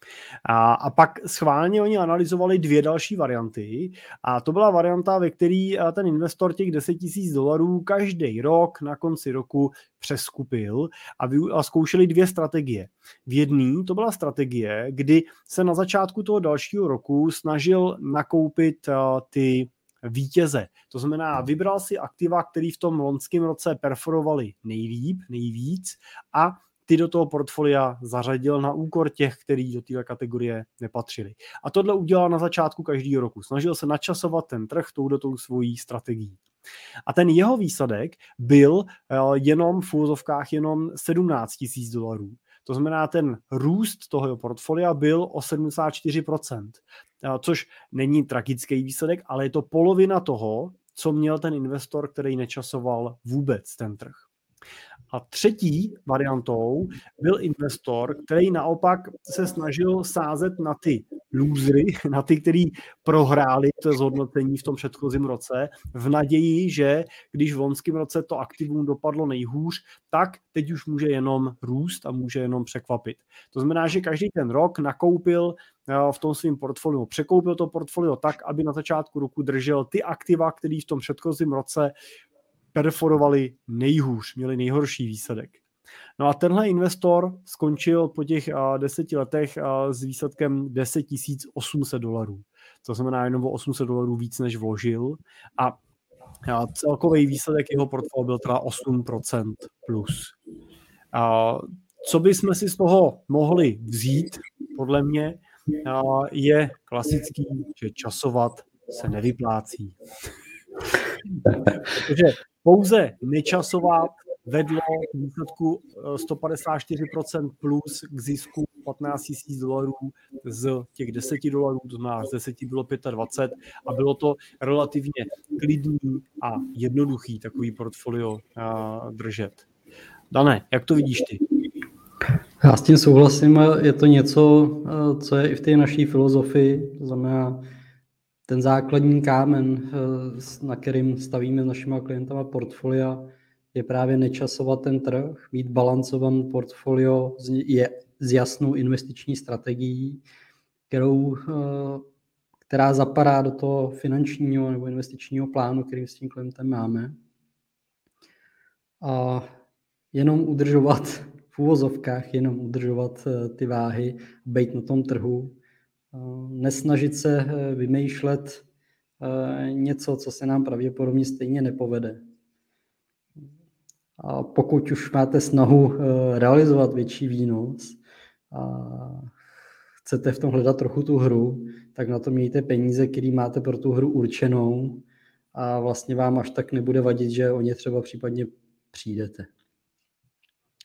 A pak schválně oni analyzovali 2 další varianty a to byla varianta, ve které ten investor těch $10,000 každý rok na konci roku přeskupil a zkoušeli 2 strategie. V jedné to byla strategie, kdy se na začátku toho dalšího roku snažil nakoupit ty vítěze. To znamená, vybral si aktiva, který v tom loňském roce perforovali nejvíc a ty do toho portfolia zařadil na úkor těch, který do této kategorie nepatřili. A tohle udělal na začátku každého roku. Snažil se načasovat ten trh touto svojí strategií. A ten jeho výsledek byl jenom v úvozovkách jenom $17,000. To znamená, ten růst toho portfolia byl o 74%, což není tragický výsledek, ale je to polovina toho, co měl ten investor, který nečasoval vůbec ten trh. A třetí variantou byl investor, který naopak se snažil sázet na ty lůzry, na ty, kteří prohráli to zhodnocení v tom předchozím roce, v naději, že když v loňském roce to aktivum dopadlo nejhůř, tak teď už může jenom růst a může jenom překvapit. To znamená, že každý ten rok nakoupil v tom svém portfoliu, překoupil to portfolio tak, aby na začátku roku držel ty aktiva, který v tom předchozím roce perforovali nejhůř, měli nejhorší výsledek. No a tenhle investor skončil po těch 10 letech s výsledkem $10,800. To znamená jenom o $800 víc, než vložil. A celkový výsledek jeho portfolia byl teda 8% plus. Co bychom si z toho mohli vzít, podle mě, je klasický, že časovat se nevyplácí. Protože pouze nečasovat vedlo k výsledku 154% plus k zisku $15,000 z těch $10, to znamená z 10 bylo 25 a bylo to relativně klidný a jednoduchý takový portfolio držet. Dané, jak to vidíš ty? Já s tím souhlasím, je to něco, co je i v té naší filozofii, to znamená ten základní kámen, na kterým stavíme s našimi klientama portfolia, je právě nečasovat ten trh, mít balancovaný portfolio s jasnou investiční strategií, která zapadá do toho finančního nebo investičního plánu, který s tím klientem máme. A jenom udržovat v uvozovkách, jenom udržovat ty váhy, být na tom trhu, nesnažit se vymýšlet něco, co se nám pravděpodobně stejně nepovede. A pokud už máte snahu realizovat větší výnos a chcete v tom hledat trochu tu hru, tak na to mějte peníze, které máte pro tu hru určenou a vlastně vám až tak nebude vadit, že o ně třeba případně přijdete.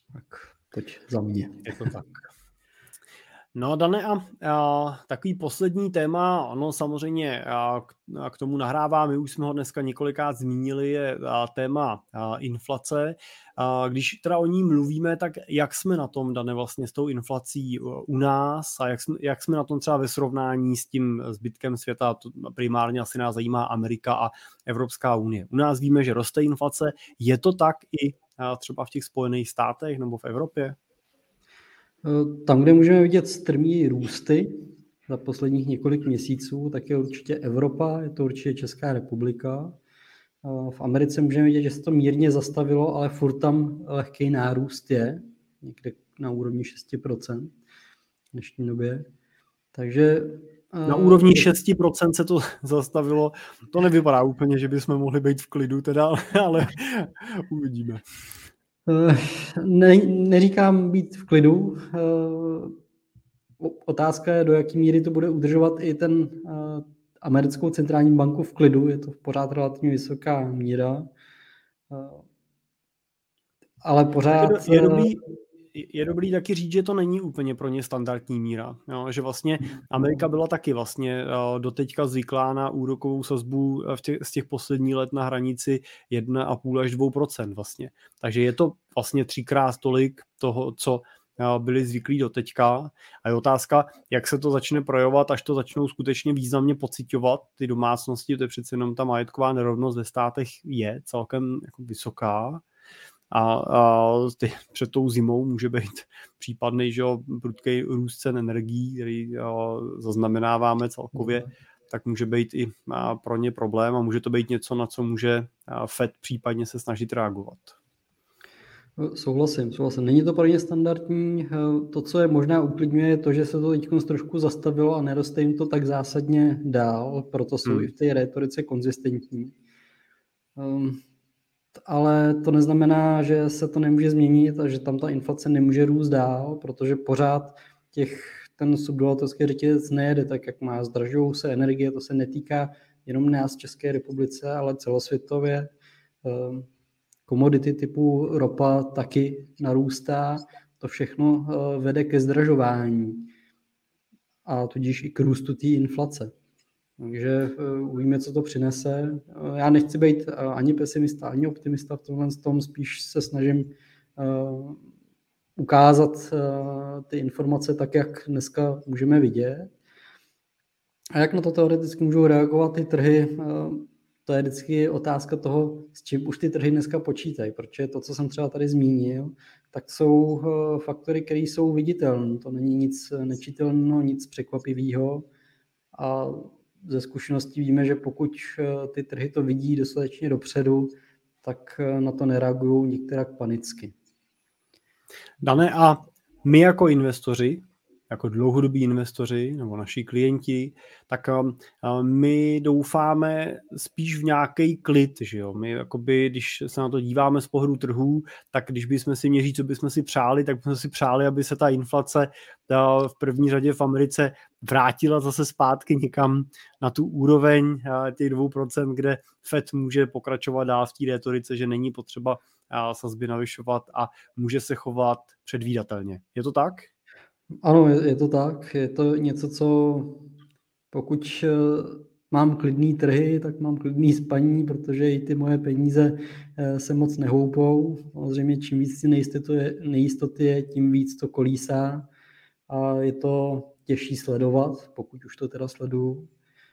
Tak toť za mě. Je to tak. No, Dane, a takový poslední téma, ono samozřejmě k tomu nahrává, my už jsme ho dneska několikrát zmínili, je téma inflace. Když teda o ní mluvíme, tak jak jsme na tom, Dane, vlastně s tou inflací u nás a jak jsme na tom třeba ve srovnání s tím zbytkem světa, to primárně asi nás zajímá Amerika a Evropská unie. U nás víme, že roste inflace, je to tak i třeba v těch Spojených státech nebo v Evropě? Tam, kde můžeme vidět strmý růsty za posledních několik měsíců, tak je určitě Evropa, je to určitě Česká republika. V Americe můžeme vidět, že se to mírně zastavilo, ale furt tam lehký nárůst je, někde na úrovni 6% v dnešní době. Takže na úrovni 6% se to zastavilo. To nevypadá úplně, že bychom mohli být v klidu teda, ale uvidíme. Neříkám být v klidu. Otázka je, do jaké míry to bude udržovat i ten americkou centrální banku v klidu. Je to pořád relativně vysoká míra. Ale pořád... Je dobrý taky říct, že to není úplně pro ně standardní míra. Jo? Že vlastně Amerika byla taky vlastně doteďka zvyklá na úrokovou sazbu z těch posledních let na hranici 1,5 až 2% vlastně. Takže je to vlastně 3x tolik toho, co byli zvyklí doteďka. A je otázka, jak se to začne projevovat, až to začnou skutečně významně pociťovat ty domácnosti, to je přece jenom ta majetková nerovnost ve státech je celkem jako vysoká. A před tou zimou může být případný, že prudký růst cen energií, který zaznamenáváme celkově, tak může být i pro ně problém a může to být něco, na co může Fed případně se snažit reagovat. Souhlasím. Není to pro ně standardní. To, co je možná uklidňuje, je to, že se to teď trošku zastavilo a neroste jim to tak zásadně dál, proto jsou i v té rétorice konzistentní. Ale to neznamená, že se to nemůže změnit a že tam ta inflace nemůže růst dál, protože pořád ten subdodavatelský řetězec nejede tak, jak má. Zdražují se energie, to se netýká jenom nás v České republice, ale celosvětově. Komodity typu ropa taky narůstá, to všechno vede ke zdražování a tudíž i k růstu té inflace. Takže uvidíme, co to přinese. Já nechci být ani pesimista, ani optimista v tomhle tom, spíš se snažím ukázat ty informace tak, jak dneska můžeme vidět. A jak na to teoreticky můžou reagovat ty trhy, to je vždycky otázka toho, s čím už ty trhy dneska počítají, protože to, co jsem třeba tady zmínil, tak jsou faktory, které jsou viditelné. To není nic nečitelného, nic překvapivého. A ze zkušeností víme, že pokud ty trhy to vidí dostatečně dopředu, tak na to nereagují některak panicky. Dane, a my jako investoři, jako dlouhodobí investoři nebo naši klienti, tak my doufáme spíš v nějaký klid, že jo? My jakoby, když se na to díváme z pohledu trhů, tak když bychom si měli říct, co bychom si přáli, tak bychom si přáli, aby se ta inflace v první řadě v Americe vrátila zase zpátky někam na tu úroveň těch 2%, kde Fed může pokračovat dál v té rétorice, že není potřeba sazby navyšovat a může se chovat předvídatelně. Je to tak? Ano, je to tak. Je to něco, co pokud mám klidný trhy, tak mám klidný spaní, protože i ty moje peníze se moc nehoupou. Samozřejmě čím víc nejistoty je, tím víc to kolísá a je to těžší sledovat, pokud už to teda sleduju.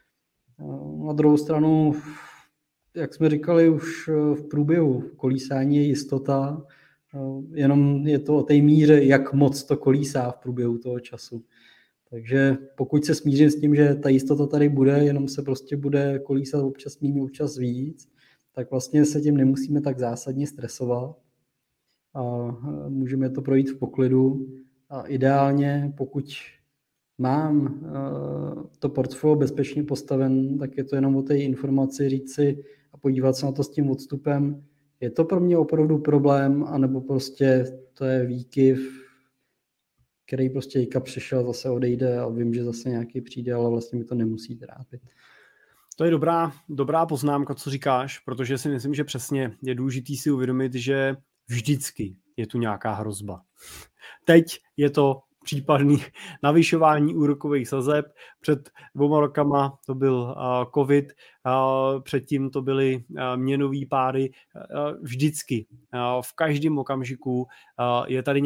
Na druhou stranu, jak jsme říkali už v průběhu, kolísání je jistota, jenom je to o té míře, jak moc to kolísá v průběhu toho času. Takže pokud se smířím s tím, že ta jistota tady bude, jenom se prostě bude kolísat občas méně, občas víc, tak vlastně se tím nemusíme tak zásadně stresovat a můžeme to projít v poklidu. A ideálně, pokud mám to portfolio bezpečně postaven, tak je to jenom o té informaci říct si a podívat se na to s tím odstupem. Je to pro mě opravdu problém, anebo prostě to je výkyv, který prostě jika přišel, zase odejde a vím, že zase nějaký přijde, ale vlastně mi to nemusí trápit. To je dobrá poznámka, co říkáš, protože si myslím, že přesně je důležitý si uvědomit, že vždycky je tu nějaká hrozba. Teď je to případný navyšování úrokových sazeb. Před 2 rokama to byl covid, předtím to byly měnový páry. Vždycky, v každém okamžiku je tady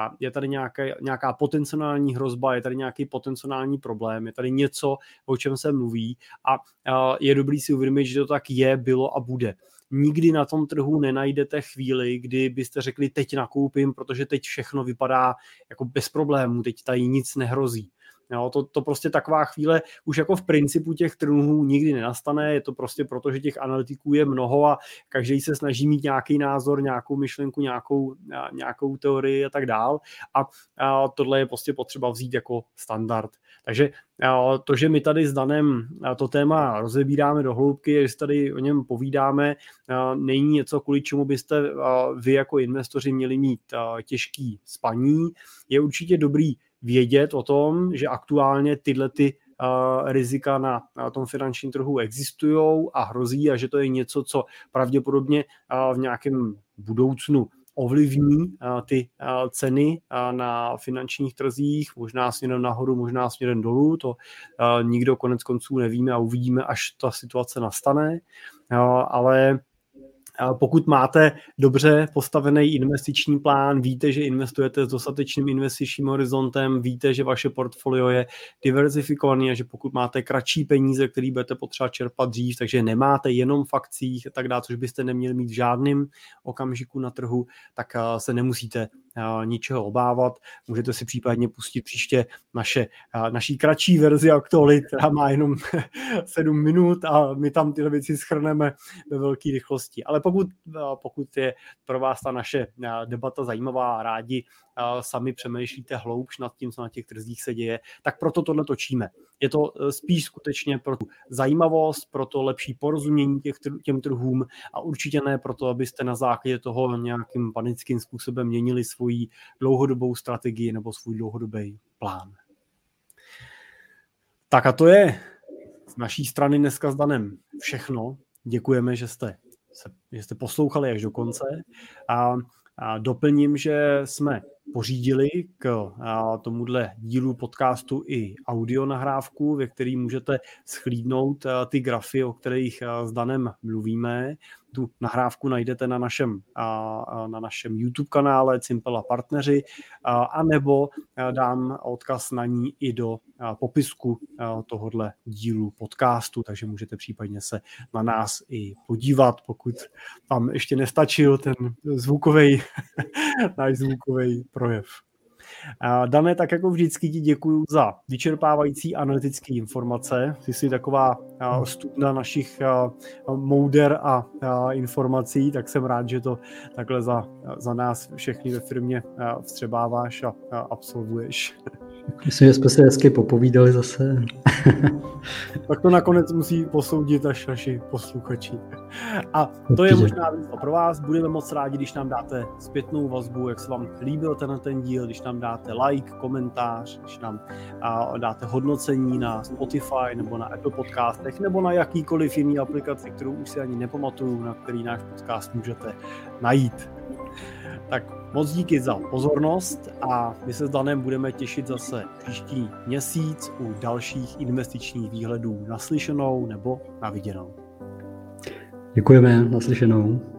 nějaká potenciální hrozba, je tady nějaký potenciální problém, je tady něco, o čem se mluví a je dobrý si uvědomit, že to tak je, bylo a bude. Nikdy na tom trhu nenajdete chvíli, kdy byste řekli, teď nakoupím, protože teď všechno vypadá jako bez problémů, teď tady nic nehrozí. Jo, to prostě taková chvíle už jako v principu těch trhů nikdy nenastane, je to prostě proto, že těch analytiků je mnoho a každý se snaží mít nějaký názor, nějakou myšlenku, nějakou teorii a tak dál a tohle je prostě potřeba vzít jako standard. Takže to, že my tady s Danem to téma rozebíráme do hloubky, že si tady o něm povídáme, není něco, kvůli čemu byste vy jako investoři měli mít těžký spaní. Je určitě dobrý vědět o tom, že aktuálně tyhle rizika na tom finančním trhu existují a hrozí a že to je něco, co pravděpodobně v nějakém budoucnu ovlivní ty ceny na finančních trzích, možná směrem nahoru, možná směrem dolů, to nikdo konec konců nevíme a uvidíme, až ta situace nastane, ale pokud máte dobře postavený investiční plán, víte, že investujete s dostatečným investičním horizontem, víte, že vaše portfolio je diverzifikované a že pokud máte kratší peníze, které budete potřeba čerpat dřív, takže nemáte jenom v akcích a tak dále, což byste neměli mít v žádném okamžiku na trhu, tak se nemusíte ničeho obávat. Můžete si případně pustit příště naší kratší verzi aktualit, která má jenom 7 minut a my tam tyhle věci shrneme ve velké rychlosti. Ale pokud je pro vás ta naše debata zajímavá a rádi sami přemýšlíte hloubš nad tím, co na těch trzích se děje, tak proto tohle točíme. Je to spíš skutečně pro tu zajímavost, pro to lepší porozumění těm trhům a určitě ne proto, abyste na základě toho nějakým panickým způsobem měnili svoji dlouhodobou strategii nebo svůj dlouhodobý plán. Tak a to je z naší strany dneska s Danem všechno. Děkujeme, že jste poslouchali až do konce. A doplním, že jsme pořídili k tomuhle dílu podcastu i audio nahrávku, ve který můžete shlídnout ty grafy, o kterých s Danem mluvíme. Tu nahrávku najdete na našem YouTube kanále Cimpel a partneři, anebo dám odkaz na ní i do popisku tohohle dílu podcastu, takže můžete případně se na nás i podívat, pokud tam ještě nestačil ten náš zvukový projev. Dané, tak jako vždycky ti děkuju za vyčerpávající analytické informace. Ty jsi taková studna našich mouder a informací, tak jsem rád, že to takhle za nás všechny ve firmě vstřebáváš a absolvuješ. Myslím, že jsme se hezky popovídali zase. Tak to nakonec musí posoudit až naši posluchači. A to je možná výzva pro vás. Budeme moc rádi, když nám dáte zpětnou vazbu, jak se vám líbil ten díl, když nám dáte like, komentář, když nám dáte hodnocení na Spotify nebo na Apple podcastech nebo na jakýkoliv jiný aplikaci, kterou už si ani nepamatuju, na který náš podcast můžete najít. Tak moc díky za pozornost a my se s Danem budeme těšit zase příští měsíc u dalších investičních výhledů. Naslyšenou nebo na viděnou. Děkujeme, naslyšenou.